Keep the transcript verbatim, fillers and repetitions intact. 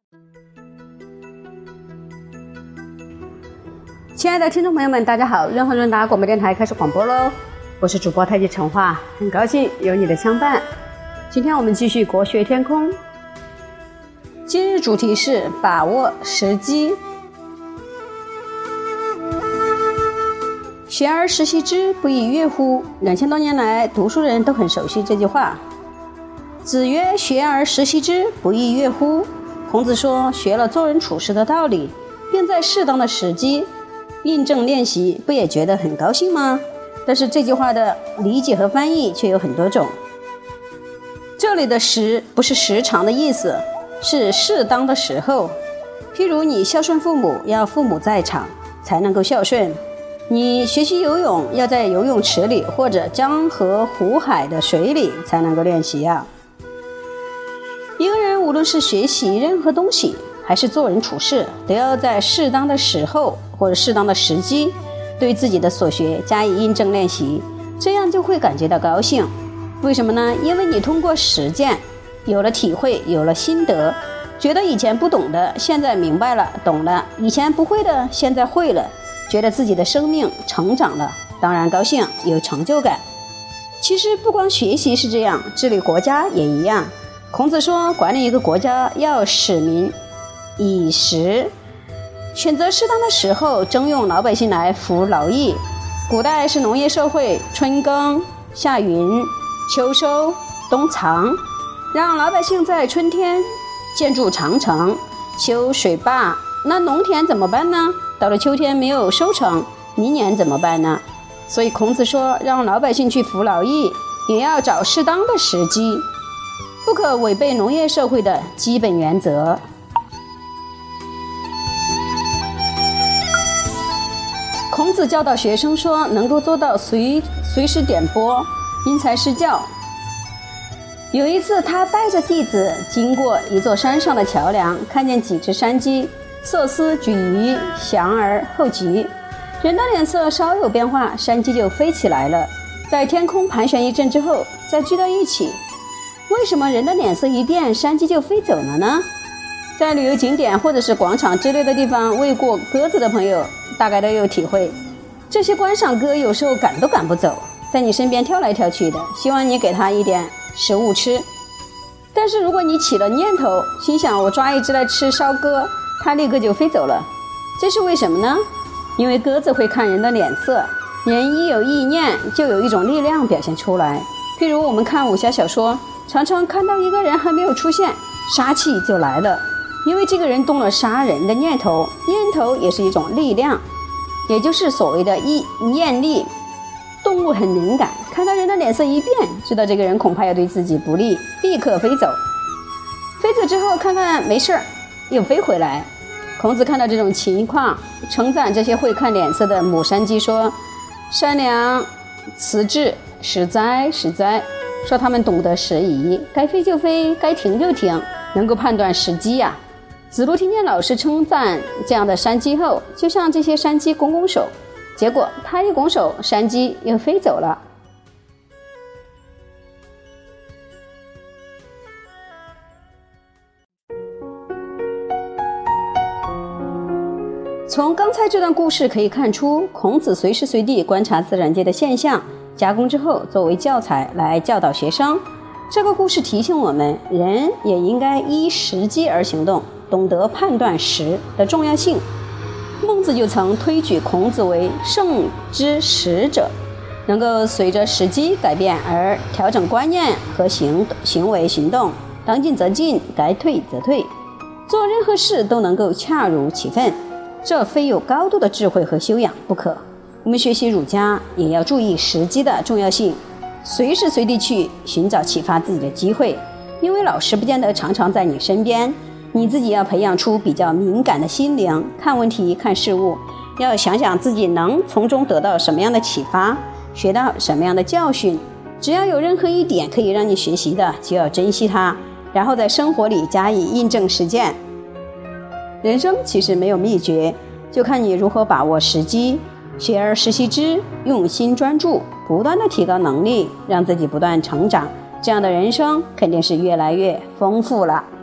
亲爱的听众朋友们，大家好，润和润达广播电台开始广播喽，我是主播太极陈化，很高兴有你的相伴。今天我们继续国学天空，今日主题是把握时机。学而时习之，不亦说乎？两千多年来，读书人都很熟悉这句话。子曰：学而时习之，不亦说乎？孔子说，学了做人处事的道理，并在适当的时机印证练习，不也觉得很高兴吗？但是这句话的理解和翻译却有很多种。这里的时不是时长的意思，是适当的时候。譬如你孝顺父母，要父母在场才能够孝顺；你学习游泳，要在游泳池里或者江河湖海的水里才能够练习啊。一个人无论是学习任何东西，还是做人处事，都要在适当的时候或者适当的时机，对自己的所学加以印证练习，这样就会感觉到高兴。为什么呢？因为你通过实践，有了体会，有了心得，觉得以前不懂的，现在明白了，懂了；以前不会的，现在会了，觉得自己的生命成长了，当然高兴，有成就感。其实不光学习是这样，治理国家也一样。孔子说，管理一个国家要使民以时，选择适当的时候征用老百姓来服劳役。古代是农业社会，春耕、夏耘、秋收、冬藏，让老百姓在春天建筑长城、修水坝。那农田怎么办呢？到了秋天没有收成，明年怎么办呢？所以孔子说，让老百姓去服劳役，也要找适当的时机，不可违背农业社会的基本原则。孔子教导学生说，能够做到随随时点拨，因材施教。有一次，他带着弟子经过一座山上的桥梁，看见几只山鸡，色思举于翔而后急。人的脸色稍有变化，山鸡就飞起来了，在天空盘旋一阵之后，再聚到一起。为什么人的脸色一变，山鸡就飞走了呢？在旅游景点或者是广场之类的地方喂过鸽子的朋友大概都有体会，这些观赏鸽有时候赶都赶不走，在你身边跳来跳去的，希望你给它一点食物吃。但是如果你起了念头，心想我抓一只来吃烧鸽，它立刻就飞走了。这是为什么呢？因为鸽子会看人的脸色，人一有意念，就有一种力量表现出来。譬如我们看武侠小说，常常看到一个人还没有出现，杀气就来了，因为这个人动了杀人的念头，念头也是一种力量，也就是所谓的意念力。动物很敏感，看到人的脸色一变，知道这个人恐怕要对自己不利，立刻飞走。飞走之后看看没事，又飞回来。孔子看到这种情况，称赞这些会看脸色的母山鸡说，善良慈智，实哉实哉，说他们懂得时宜，该飞就飞，该停就停，能够判断时机呀、啊。子路听见老师称赞这样的山鸡后，就向这些山鸡拱拱手，结果他一拱手，山鸡又飞走了。从刚才这段故事可以看出，孔子随时随地观察自然界的现象，加工之后作为教材来教导学生。这个故事提醒我们，人也应该依时机而行动，懂得判断时的重要性。孟子就曾推举孔子为圣之时者，能够随着时机改变而调整观念和行行为行动，当进则进，该退则退，做任何事都能够恰如其分，这非有高度的智慧和修养不可。我们学习儒家也要注意时机的重要性，随时随地去寻找启发自己的机会，因为老师不见得常常在你身边，你自己要培养出比较敏感的心灵，看问题看事物要想想自己能从中得到什么样的启发，学到什么样的教训。只要有任何一点可以让你学习的，就要珍惜它，然后在生活里加以印证实践。人生其实没有秘诀，就看你如何把握时机，学而时习之，用心专注，不断的提高能力，让自己不断成长，这样的人生肯定是越来越丰富了。